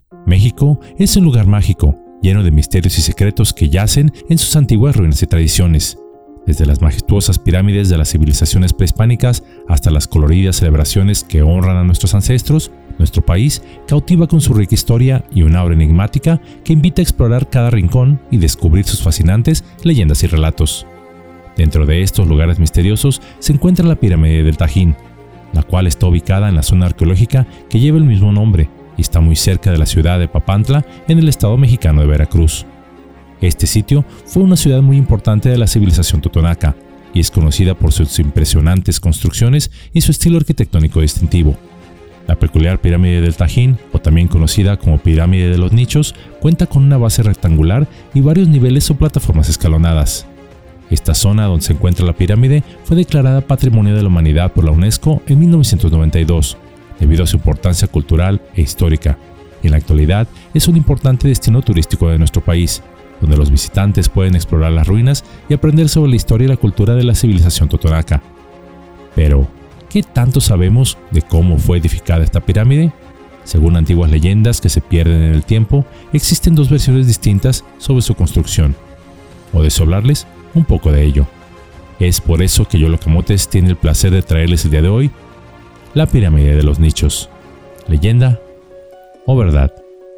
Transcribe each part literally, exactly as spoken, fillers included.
México es un lugar mágico, lleno de misterios y secretos que yacen en sus antiguas ruinas y tradiciones. Desde las majestuosas pirámides de las civilizaciones prehispánicas hasta las coloridas celebraciones que honran a nuestros ancestros, nuestro país cautiva con su rica historia y una aura enigmática que invita a explorar cada rincón y descubrir sus fascinantes leyendas y relatos. Dentro de estos lugares misteriosos se encuentra la pirámide del Tajín, la cual está ubicada en la zona arqueológica que lleva el mismo nombre y está muy cerca de la ciudad de Papantla, en el estado mexicano de Veracruz. Este sitio fue una ciudad muy importante de la civilización totonaca y es conocida por sus impresionantes construcciones y su estilo arquitectónico distintivo. La peculiar pirámide del Tajín, o también conocida como pirámide de los nichos, cuenta con una base rectangular y varios niveles o plataformas escalonadas. Esta zona donde se encuentra la pirámide fue declarada Patrimonio de la Humanidad por la UNESCO en mil novecientos noventa y dos, debido a su importancia cultural e histórica, y en la actualidad es un importante destino turístico de nuestro país, donde los visitantes pueden explorar las ruinas y aprender sobre la historia y la cultura de la civilización totonaca. Pero, ¿qué tanto sabemos de cómo fue edificada esta pirámide? Según antiguas leyendas que se pierden en el tiempo, existen dos versiones distintas sobre su construcción. O deseo hablarles un poco de ello. Es por eso que Yolo Camotes tiene el placer de traerles el día de hoy la pirámide de los nichos. ¿Leyenda o verdad?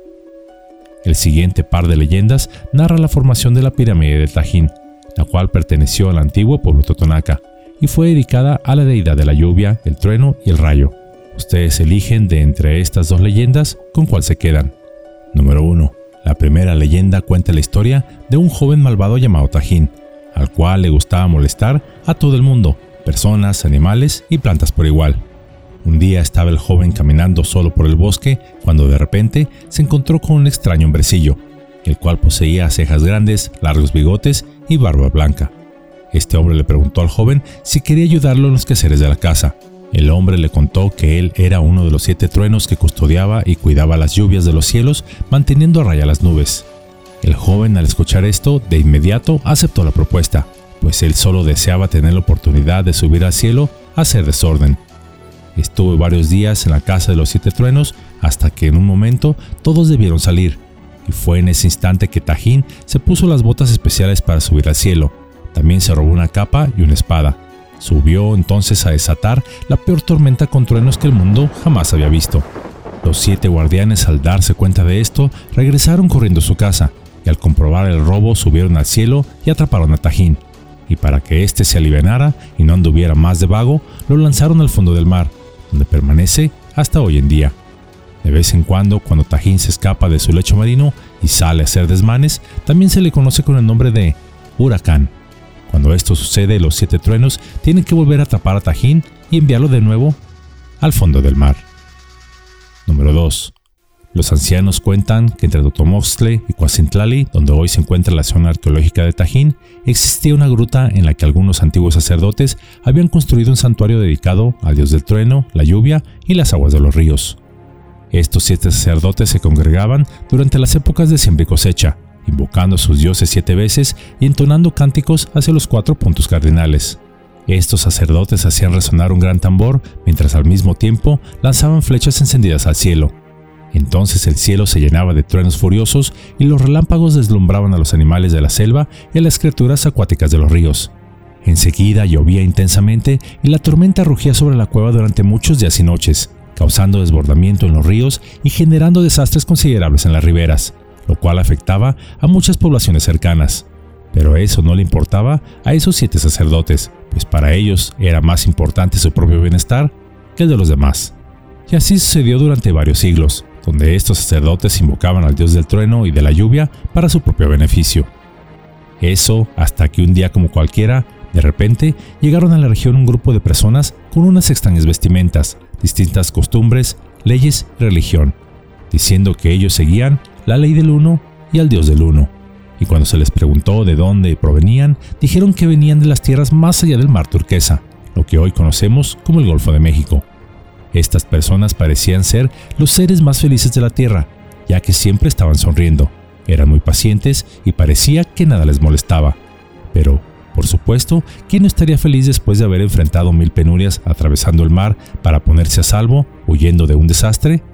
El siguiente par de leyendas narra la formación de la pirámide del Tajín, la cual perteneció al antiguo pueblo totonaca y fue dedicada a la deidad de la lluvia, el trueno y el rayo. Ustedes eligen de entre estas dos leyendas con cuál se quedan. Número uno. La primera leyenda cuenta la historia de un joven malvado llamado Tajín, al cual le gustaba molestar a todo el mundo, personas, animales y plantas por igual. Un día estaba el joven caminando solo por el bosque cuando de repente se encontró con un extraño hombrecillo, el cual poseía cejas grandes, largos bigotes y barba blanca. Este hombre le preguntó al joven si quería ayudarlo en los quehaceres de la casa. El hombre le contó que él era uno de los siete truenos que custodiaba y cuidaba las lluvias de los cielos, manteniendo a raya las nubes. El joven, al escuchar esto, de inmediato aceptó la propuesta, pues él solo deseaba tener la oportunidad de subir al cielo a hacer desorden. Estuvo varios días en la casa de los siete truenos hasta que en un momento todos debieron salir, y fue en ese instante que Tajín se puso las botas especiales para subir al cielo. También se robó una capa y una espada. Subió entonces a desatar la peor tormenta con truenos que el mundo jamás había visto. Los siete guardianes, al darse cuenta de esto, regresaron corriendo a su casa, y al comprobar el robo subieron al cielo y atraparon a Tajín. Y para que éste se alivianara y no anduviera más de vago, lo lanzaron al fondo del mar, donde permanece hasta hoy en día. De vez en cuando, cuando Tajín se escapa de su lecho marino y sale a hacer desmanes, también se le conoce con el nombre de huracán. Cuando esto sucede, los siete truenos tienen que volver a atrapar a Tajín y enviarlo de nuevo al fondo del mar. Número dos. Los ancianos cuentan que entre Totomoxtle y Coacintlali, donde hoy se encuentra la zona arqueológica de Tajín, existía una gruta en la que algunos antiguos sacerdotes habían construido un santuario dedicado al dios del trueno, la lluvia y las aguas de los ríos. Estos siete sacerdotes se congregaban durante las épocas de siembra y cosecha, invocando a sus dioses siete veces y entonando cánticos hacia los cuatro puntos cardinales. Estos sacerdotes hacían resonar un gran tambor, mientras al mismo tiempo lanzaban flechas encendidas al cielo. Entonces el cielo se llenaba de truenos furiosos y los relámpagos deslumbraban a los animales de la selva y a las criaturas acuáticas de los ríos. Enseguida llovía intensamente y la tormenta rugía sobre la cueva durante muchos días y noches, causando desbordamiento en los ríos y generando desastres considerables en las riberas, lo cual afectaba a muchas poblaciones cercanas. Pero eso no le importaba a esos siete sacerdotes, pues para ellos era más importante su propio bienestar que el de los demás. Y así sucedió durante varios siglos, donde estos sacerdotes invocaban al dios del trueno y de la lluvia para su propio beneficio. Eso hasta que un día como cualquiera, de repente, llegaron a la región un grupo de personas con unas extrañas vestimentas, distintas costumbres, leyes y religión, diciendo que ellos seguían la ley del uno y al dios del uno. Y cuando se les preguntó de dónde provenían, dijeron que venían de las tierras más allá del mar turquesa, lo que hoy conocemos como el Golfo de México. Estas personas parecían ser los seres más felices de la tierra, ya que siempre estaban sonriendo, eran muy pacientes y parecía que nada les molestaba. Pero, por supuesto, ¿quién no estaría feliz después de haber enfrentado mil penurias atravesando el mar para ponerse a salvo, huyendo de un desastre?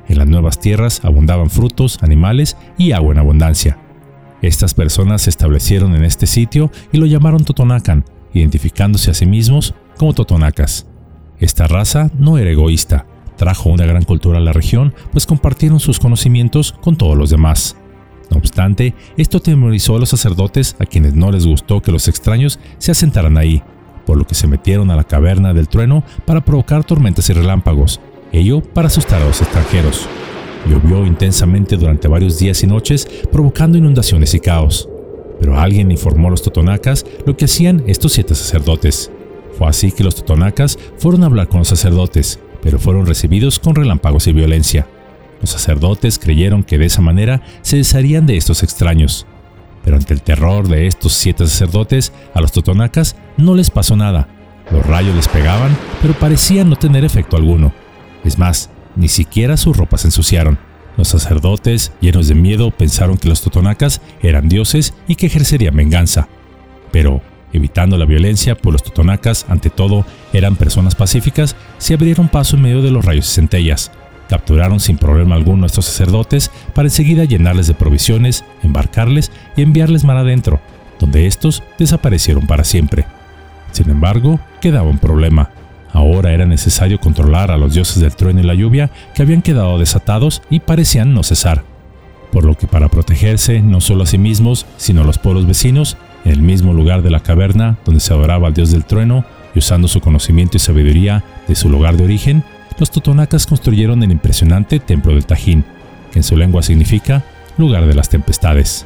En las nuevas tierras abundaban frutos, animales y agua en abundancia. Estas personas se establecieron en este sitio y lo llamaron Totonacan, identificándose a sí mismos como totonacas. Esta raza no era egoísta, trajo una gran cultura a la región, pues compartieron sus conocimientos con todos los demás. No obstante, esto atemorizó a los sacerdotes, a quienes no les gustó que los extraños se asentaran ahí, por lo que se metieron a la caverna del trueno para provocar tormentas y relámpagos, ello para asustar a los extranjeros. Llovió intensamente durante varios días y noches, provocando inundaciones y caos. Pero alguien informó a los totonacas lo que hacían estos siete sacerdotes. Fue así que los totonacas fueron a hablar con los sacerdotes, pero fueron recibidos con relámpagos y violencia. Los sacerdotes creyeron que de esa manera se desharían de estos extraños. Pero ante el terror de estos siete sacerdotes, a los totonacas no les pasó nada. Los rayos les pegaban, pero parecían no tener efecto alguno. Es más, ni siquiera sus ropas se ensuciaron. Los sacerdotes, llenos de miedo, pensaron que los totonacas eran dioses y que ejercerían venganza. Pero, evitando la violencia, pues los totonacas, ante todo, eran personas pacíficas, se abrieron paso en medio de los rayos y centellas. Capturaron sin problema alguno a estos sacerdotes para enseguida llenarles de provisiones, embarcarles y enviarles mar adentro, donde estos desaparecieron para siempre. Sin embargo, quedaba un problema. Ahora era necesario controlar a los dioses del trueno y la lluvia, que habían quedado desatados y parecían no cesar. Por lo que para protegerse no solo a sí mismos, sino a los pueblos vecinos, en el mismo lugar de la caverna donde se adoraba al dios del trueno, y usando su conocimiento y sabiduría de su lugar de origen, los totonacas construyeron el impresionante Templo del Tajín, que en su lengua significa lugar de las tempestades.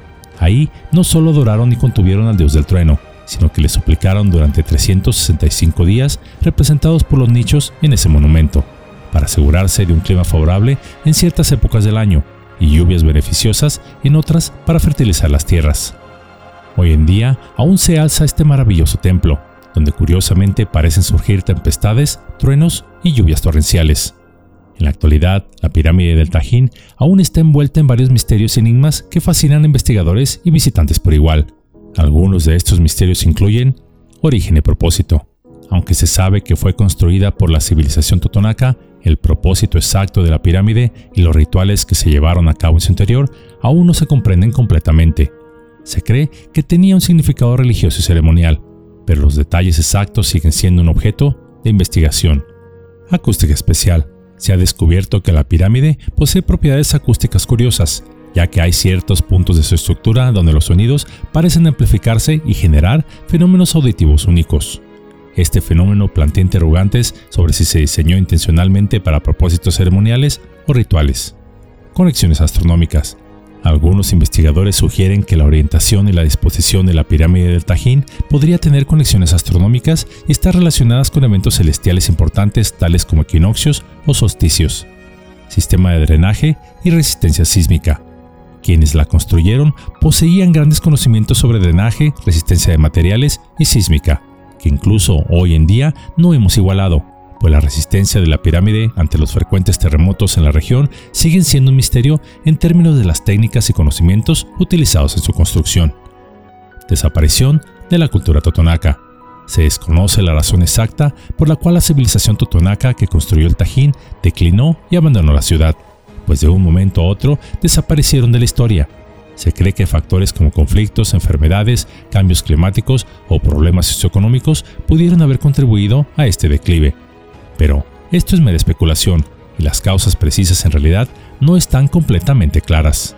Ahí no solo adoraron y contuvieron al dios del trueno, sino que le suplicaron durante trescientos sesenta y cinco días, representados por los nichos en ese monumento, para asegurarse de un clima favorable en ciertas épocas del año y lluvias beneficiosas en otras para fertilizar las tierras. Hoy en día aún se alza este maravilloso templo, donde curiosamente parecen surgir tempestades, truenos y lluvias torrenciales. En la actualidad, la pirámide del Tajín aún está envuelta en varios misterios y enigmas que fascinan a investigadores y visitantes por igual. Algunos de estos misterios incluyen origen y propósito. Aunque se sabe que fue construida por la civilización totonaca, el propósito exacto de la pirámide y los rituales que se llevaron a cabo en su interior aún no se comprenden completamente. Se cree que tenía un significado religioso y ceremonial, pero los detalles exactos siguen siendo un objeto de investigación. Acústica especial. Se ha descubierto que la pirámide posee propiedades acústicas curiosas, ya que hay ciertos puntos de su estructura donde los sonidos parecen amplificarse y generar fenómenos auditivos únicos. Este fenómeno plantea interrogantes sobre si se diseñó intencionalmente para propósitos ceremoniales o rituales. Conexiones astronómicas. Algunos investigadores sugieren que la orientación y la disposición de la pirámide del Tajín podría tener conexiones astronómicas y estar relacionadas con eventos celestiales importantes tales como equinoccios o solsticios. Sistema de drenaje y resistencia sísmica. Quienes la construyeron poseían grandes conocimientos sobre drenaje, resistencia de materiales y sísmica, que incluso hoy en día no hemos igualado, pues la resistencia de la pirámide ante los frecuentes terremotos en la región siguen siendo un misterio en términos de las técnicas y conocimientos utilizados en su construcción. Desaparición de la cultura totonaca. Se desconoce la razón exacta por la cual la civilización totonaca que construyó el Tajín declinó y abandonó la ciudad, pues de un momento a otro desaparecieron de la historia. Se cree que factores como conflictos, enfermedades, cambios climáticos o problemas socioeconómicos pudieron haber contribuido a este declive. Pero esto es mera especulación y las causas precisas en realidad no están completamente claras.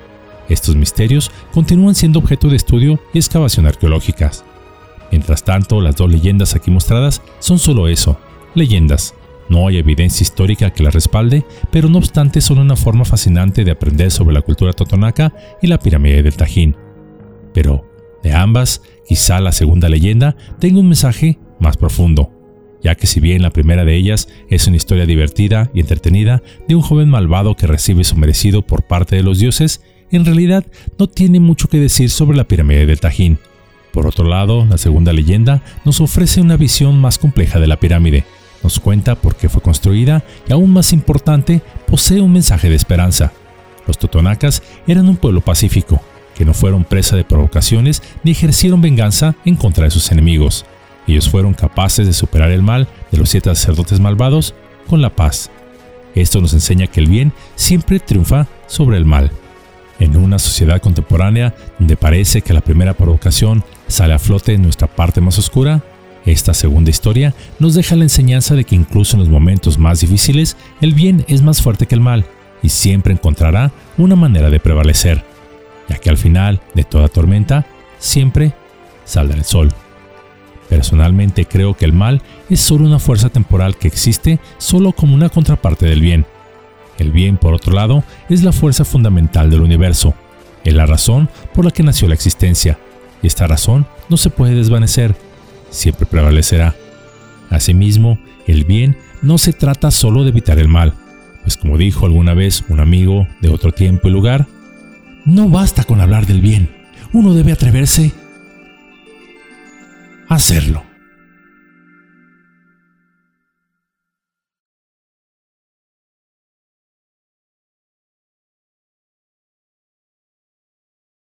Estos misterios continúan siendo objeto de estudio y excavación arqueológicas. Mientras tanto, las dos leyendas aquí mostradas son solo eso, leyendas. No hay evidencia histórica que las respalde, pero no obstante son una forma fascinante de aprender sobre la cultura totonaca y la pirámide del Tajín. Pero, de ambas, quizá la segunda leyenda tenga un mensaje más profundo, ya que si bien la primera de ellas es una historia divertida y entretenida de un joven malvado que recibe su merecido por parte de los dioses, en realidad no tiene mucho que decir sobre la pirámide del Tajín. Por otro lado, la segunda leyenda nos ofrece una visión más compleja de la pirámide. Nos cuenta por qué fue construida y, aún más importante, posee un mensaje de esperanza. Los totonacas eran un pueblo pacífico, que no fueron presa de provocaciones ni ejercieron venganza en contra de sus enemigos. Ellos fueron capaces de superar el mal de los siete sacerdotes malvados con la paz. Esto nos enseña que el bien siempre triunfa sobre el mal. En una sociedad contemporánea donde parece que la primera provocación sale a flote en nuestra parte más oscura, esta segunda historia nos deja la enseñanza de que incluso en los momentos más difíciles, el bien es más fuerte que el mal y siempre encontrará una manera de prevalecer, ya que al final de toda tormenta siempre saldrá el sol. Personalmente creo que el mal es solo una fuerza temporal que existe solo como una contraparte del bien. El bien, por otro lado, es la fuerza fundamental del universo, es la razón por la que nació la existencia, y esta razón no se puede desvanecer, siempre prevalecerá. Asimismo, el bien no se trata solo de evitar el mal, pues como dijo alguna vez un amigo de otro tiempo y lugar, no basta con hablar del bien, uno debe atreverse a hacerlo.